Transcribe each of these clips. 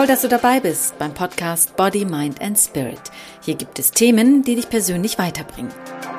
Toll, dass du dabei bist beim Podcast Body, Mind and Spirit. Hier gibt es Themen, die dich persönlich weiterbringen.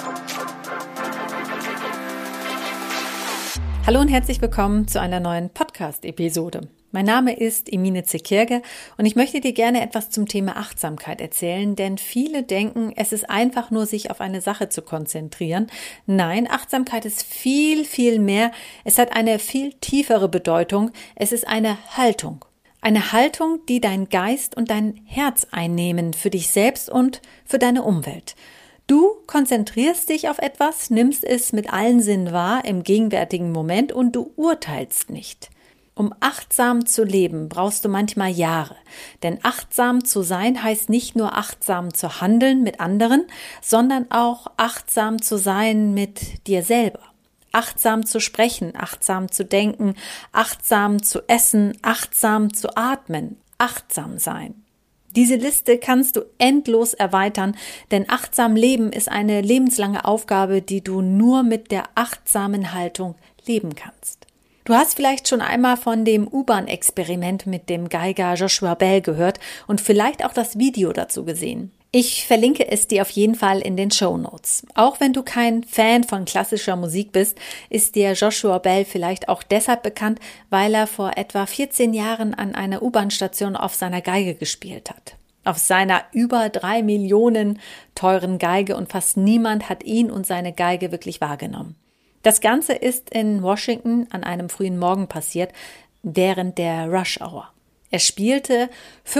Hallo und herzlich willkommen zu einer neuen Podcast-Episode. Mein Name ist Emine Zekirge und ich möchte dir gerne etwas zum Thema Achtsamkeit erzählen, denn viele denken, es ist einfach nur, sich auf eine Sache zu konzentrieren. Nein, Achtsamkeit ist viel, viel mehr. Es hat eine viel tiefere Bedeutung. Es ist eine Haltung. Eine Haltung, die dein Geist und dein Herz einnehmen für dich selbst und für deine Umwelt. Du konzentrierst dich auf etwas, nimmst es mit allen Sinnen wahr im gegenwärtigen Moment und du urteilst nicht. Um achtsam zu leben, brauchst du manchmal Jahre. Denn achtsam zu sein heißt nicht nur achtsam zu handeln mit anderen, sondern auch achtsam zu sein mit dir selber. Achtsam zu sprechen, achtsam zu denken, achtsam zu essen, achtsam zu atmen, achtsam sein. Diese Liste kannst du endlos erweitern, denn achtsam leben ist eine lebenslange Aufgabe, die du nur mit der achtsamen Haltung leben kannst. Du hast vielleicht schon einmal von dem U-Bahn-Experiment mit dem Geiger Joshua Bell gehört und vielleicht auch das Video dazu gesehen. Ich verlinke es dir auf jeden Fall in den Shownotes. Auch wenn du kein Fan von klassischer Musik bist, ist dir Joshua Bell vielleicht auch deshalb bekannt, weil er vor etwa 14 Jahren an einer U-Bahn-Station auf seiner Geige gespielt hat. Auf seiner über 3 Millionen teuren Geige und fast niemand hat ihn und seine Geige wirklich wahrgenommen. Das Ganze ist in Washington an einem frühen Morgen passiert, während der Rush Hour. Er spielte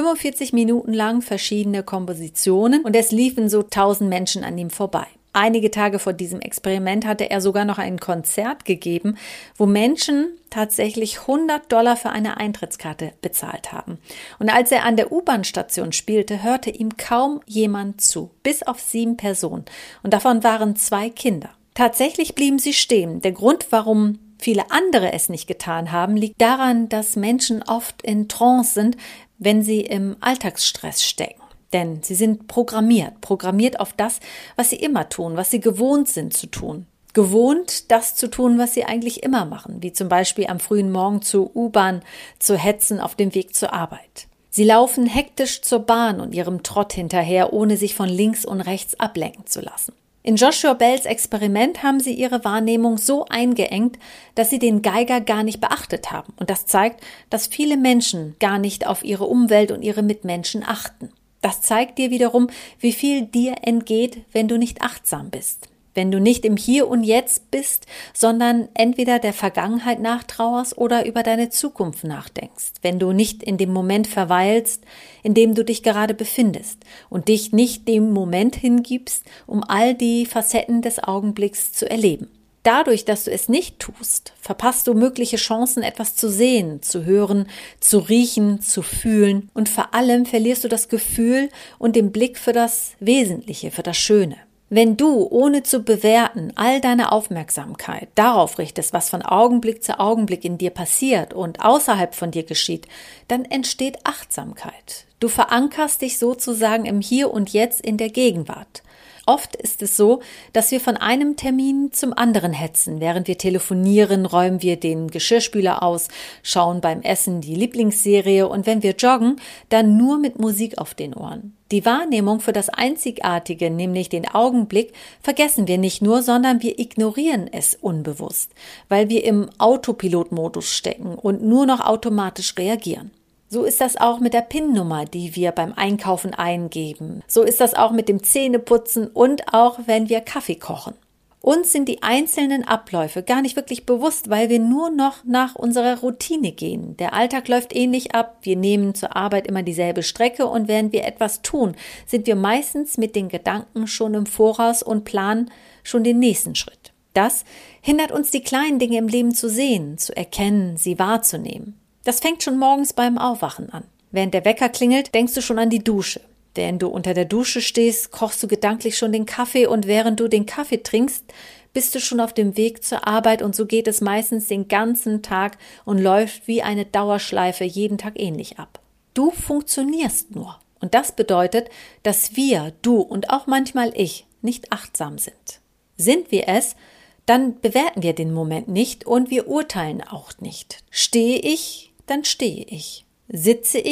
45 Minuten lang verschiedene Kompositionen und es liefen so 1000 Menschen an ihm vorbei. Einige Tage vor diesem Experiment hatte er sogar noch ein Konzert gegeben, wo Menschen tatsächlich $100 für eine Eintrittskarte bezahlt haben. Und als er an der U-Bahn-Station spielte, hörte ihm kaum jemand zu, bis auf 7 Personen. Und davon waren 2 Kinder. Tatsächlich blieben sie stehen. Der Grund, warum viele andere es nicht getan haben, liegt daran, dass Menschen oft in Trance sind, wenn sie im Alltagsstress stecken. Denn sie sind programmiert auf das, was sie immer tun, was sie gewohnt sind zu tun. Gewohnt, das zu tun, was sie eigentlich immer machen, wie zum Beispiel am frühen Morgen zur U-Bahn zu hetzen auf dem Weg zur Arbeit. Sie laufen hektisch zur Bahn und ihrem Trott hinterher, ohne sich von links und rechts ablenken zu lassen. In Joshua Bells Experiment haben sie ihre Wahrnehmung so eingeengt, dass sie den Geiger gar nicht beachtet haben. Und das zeigt, dass viele Menschen gar nicht auf ihre Umwelt und ihre Mitmenschen achten. Das zeigt dir wiederum, wie viel dir entgeht, wenn du nicht achtsam bist. Wenn du nicht im Hier und Jetzt bist, sondern entweder der Vergangenheit nachtrauerst oder über deine Zukunft nachdenkst. Wenn du nicht in dem Moment verweilst, in dem du dich gerade befindest und dich nicht dem Moment hingibst, um all die Facetten des Augenblicks zu erleben. Dadurch, dass du es nicht tust, verpasst du mögliche Chancen, etwas zu sehen, zu hören, zu riechen, zu fühlen und vor allem verlierst du das Gefühl und den Blick für das Wesentliche, für das Schöne. Wenn du, ohne zu bewerten, all deine Aufmerksamkeit darauf richtest, was von Augenblick zu Augenblick in dir passiert und außerhalb von dir geschieht, dann entsteht Achtsamkeit. Du verankerst dich sozusagen im Hier und Jetzt in der Gegenwart. Oft ist es so, dass wir von einem Termin zum anderen hetzen. Während wir telefonieren, räumen wir den Geschirrspüler aus, schauen beim Essen die Lieblingsserie und wenn wir joggen, dann nur mit Musik auf den Ohren. Die Wahrnehmung für das Einzigartige, nämlich den Augenblick, vergessen wir nicht nur, sondern wir ignorieren es unbewusst, weil wir im Autopilotmodus stecken und nur noch automatisch reagieren. So ist das auch mit der PIN-Nummer, die wir beim Einkaufen eingeben. So ist das auch mit dem Zähneputzen und auch, wenn wir Kaffee kochen. Uns sind die einzelnen Abläufe gar nicht wirklich bewusst, weil wir nur noch nach unserer Routine gehen. Der Alltag läuft ähnlich ab. Wir nehmen zur Arbeit immer dieselbe Strecke und während wir etwas tun, sind wir meistens mit den Gedanken schon im Voraus und planen schon den nächsten Schritt. Das hindert uns, die kleinen Dinge im Leben zu sehen, zu erkennen, sie wahrzunehmen. Das fängt schon morgens beim Aufwachen an. Während der Wecker klingelt, denkst du schon an die Dusche. Während du unter der Dusche stehst, kochst du gedanklich schon den Kaffee und während du den Kaffee trinkst, bist du schon auf dem Weg zur Arbeit und so geht es meistens den ganzen Tag und läuft wie eine Dauerschleife jeden Tag ähnlich ab. Du funktionierst nur und das bedeutet, dass wir, du und auch manchmal ich, nicht achtsam sind. Sind wir es, dann bewerten wir den Moment nicht und wir urteilen auch nicht. Stehe ich, dann stehe ich. Sitze ich,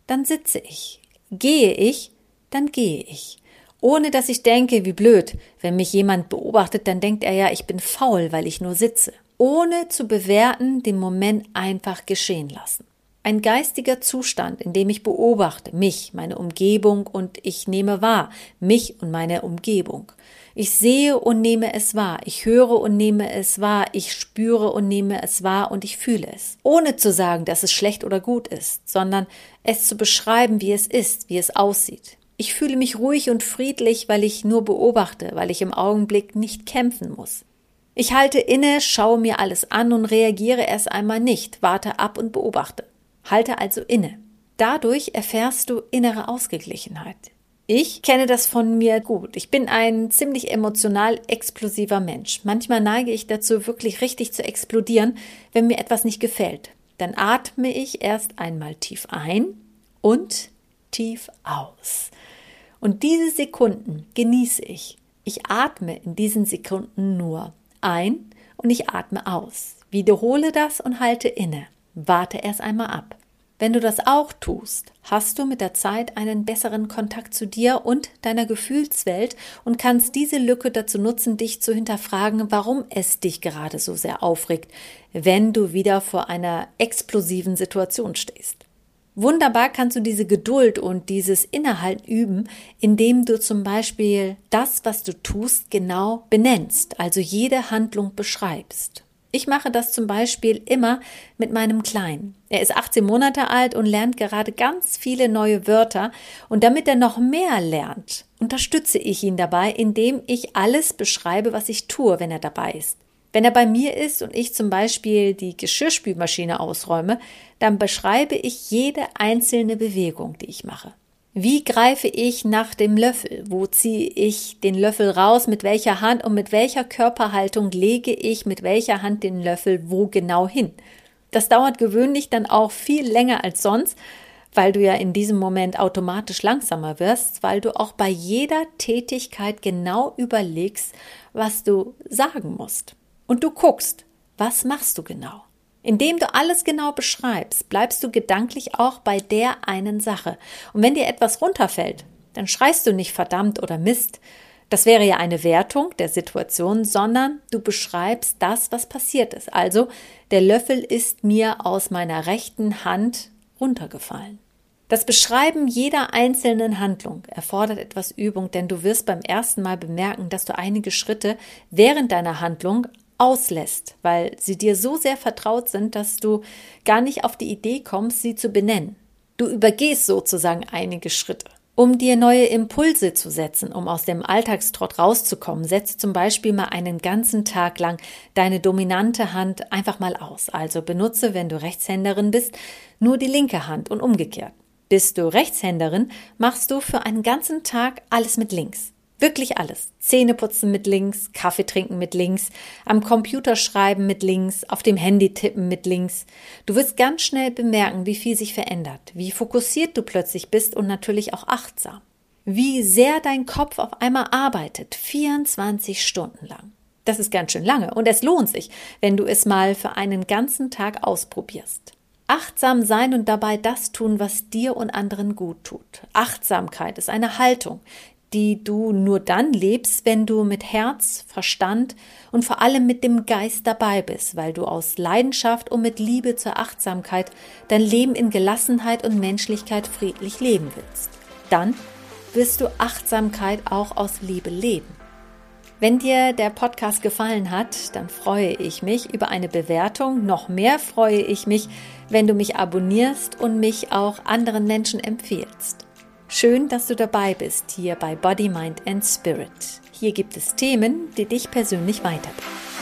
dann sitze ich. Gehe ich, dann gehe ich. Ohne dass ich denke, wie blöd, wenn mich jemand beobachtet, dann denkt er ja, ich bin faul, weil ich nur sitze. Ohne zu bewerten, den Moment einfach geschehen lassen. Ein geistiger Zustand, in dem ich beobachte, mich, meine Umgebung und ich nehme wahr, mich und meine Umgebung. Ich sehe und nehme es wahr, ich höre und nehme es wahr, ich spüre und nehme es wahr und ich fühle es. Ohne zu sagen, dass es schlecht oder gut ist, sondern es zu beschreiben, wie es ist, wie es aussieht. Ich fühle mich ruhig und friedlich, weil ich nur beobachte, weil ich im Augenblick nicht kämpfen muss. Ich halte inne, schaue mir alles an und reagiere erst einmal nicht, warte ab und beobachte. Halte also inne. Dadurch erfährst du innere Ausgeglichenheit. Ich kenne das von mir gut. Ich bin ein ziemlich emotional explosiver Mensch. Manchmal neige ich dazu, wirklich richtig zu explodieren, wenn mir etwas nicht gefällt. Dann atme ich erst einmal tief ein und tief aus. Und diese Sekunden genieße ich. Ich atme in diesen Sekunden nur ein und ich atme aus. Wiederhole das und halte inne. Warte erst einmal ab. Wenn du das auch tust, hast du mit der Zeit einen besseren Kontakt zu dir und deiner Gefühlswelt und kannst diese Lücke dazu nutzen, dich zu hinterfragen, warum es dich gerade so sehr aufregt, wenn du wieder vor einer explosiven Situation stehst. Wunderbar kannst du diese Geduld und dieses Innehalten üben, indem du zum Beispiel das, was du tust, genau benennst, also jede Handlung beschreibst. Ich mache das zum Beispiel immer mit meinem Kleinen. Er ist 18 Monate alt und lernt gerade ganz viele neue Wörter. Und damit er noch mehr lernt, unterstütze ich ihn dabei, indem ich alles beschreibe, was ich tue, wenn er dabei ist. Wenn er bei mir ist und ich zum Beispiel die Geschirrspülmaschine ausräume, dann beschreibe ich jede einzelne Bewegung, die ich mache. Wie greife ich nach dem Löffel? Wo ziehe ich den Löffel raus? Mit welcher Hand und mit welcher Körperhaltung lege ich mit welcher Hand den Löffel wo genau hin? Das dauert gewöhnlich dann auch viel länger als sonst, weil du ja in diesem Moment automatisch langsamer wirst, weil du auch bei jeder Tätigkeit genau überlegst, was du sagen musst. Und du guckst, was machst du genau? Indem du alles genau beschreibst, bleibst du gedanklich auch bei der einen Sache. Und wenn dir etwas runterfällt, dann schreist du nicht verdammt oder Mist. Das wäre ja eine Wertung der Situation, sondern du beschreibst das, was passiert ist. Also, der Löffel ist mir aus meiner rechten Hand runtergefallen. Das Beschreiben jeder einzelnen Handlung erfordert etwas Übung, denn du wirst beim ersten Mal bemerken, dass du einige Schritte während deiner Handlung auslässt, weil sie dir so sehr vertraut sind, dass du gar nicht auf die Idee kommst, sie zu benennen. Du übergehst sozusagen einige Schritte. Um dir neue Impulse zu setzen, um aus dem Alltagstrott rauszukommen, setze zum Beispiel mal einen ganzen Tag lang deine dominante Hand einfach mal aus. Also benutze, wenn du Rechtshänderin bist, nur die linke Hand und umgekehrt. Bist du Rechtshänderin, machst du für einen ganzen Tag alles mit links. Wirklich alles. Zähneputzen mit links, Kaffee trinken mit links, am Computer schreiben mit links, auf dem Handy tippen mit links. Du wirst ganz schnell bemerken, wie viel sich verändert, wie fokussiert du plötzlich bist und natürlich auch achtsam. Wie sehr dein Kopf auf einmal arbeitet, 24 Stunden lang. Das ist ganz schön lange und es lohnt sich, wenn du es mal für einen ganzen Tag ausprobierst. Achtsam sein und dabei das tun, was dir und anderen gut tut. Achtsamkeit ist eine Haltung, die du nur dann lebst, wenn du mit Herz, Verstand und vor allem mit dem Geist dabei bist, weil du aus Leidenschaft und mit Liebe zur Achtsamkeit dein Leben in Gelassenheit und Menschlichkeit friedlich leben willst. Dann wirst du Achtsamkeit auch aus Liebe leben. Wenn dir der Podcast gefallen hat, dann freue ich mich über eine Bewertung. Noch mehr freue ich mich, wenn du mich abonnierst und mich auch anderen Menschen empfiehlst. Schön, dass du dabei bist hier bei Body, Mind and Spirit. Hier gibt es Themen, die dich persönlich weiterbringen.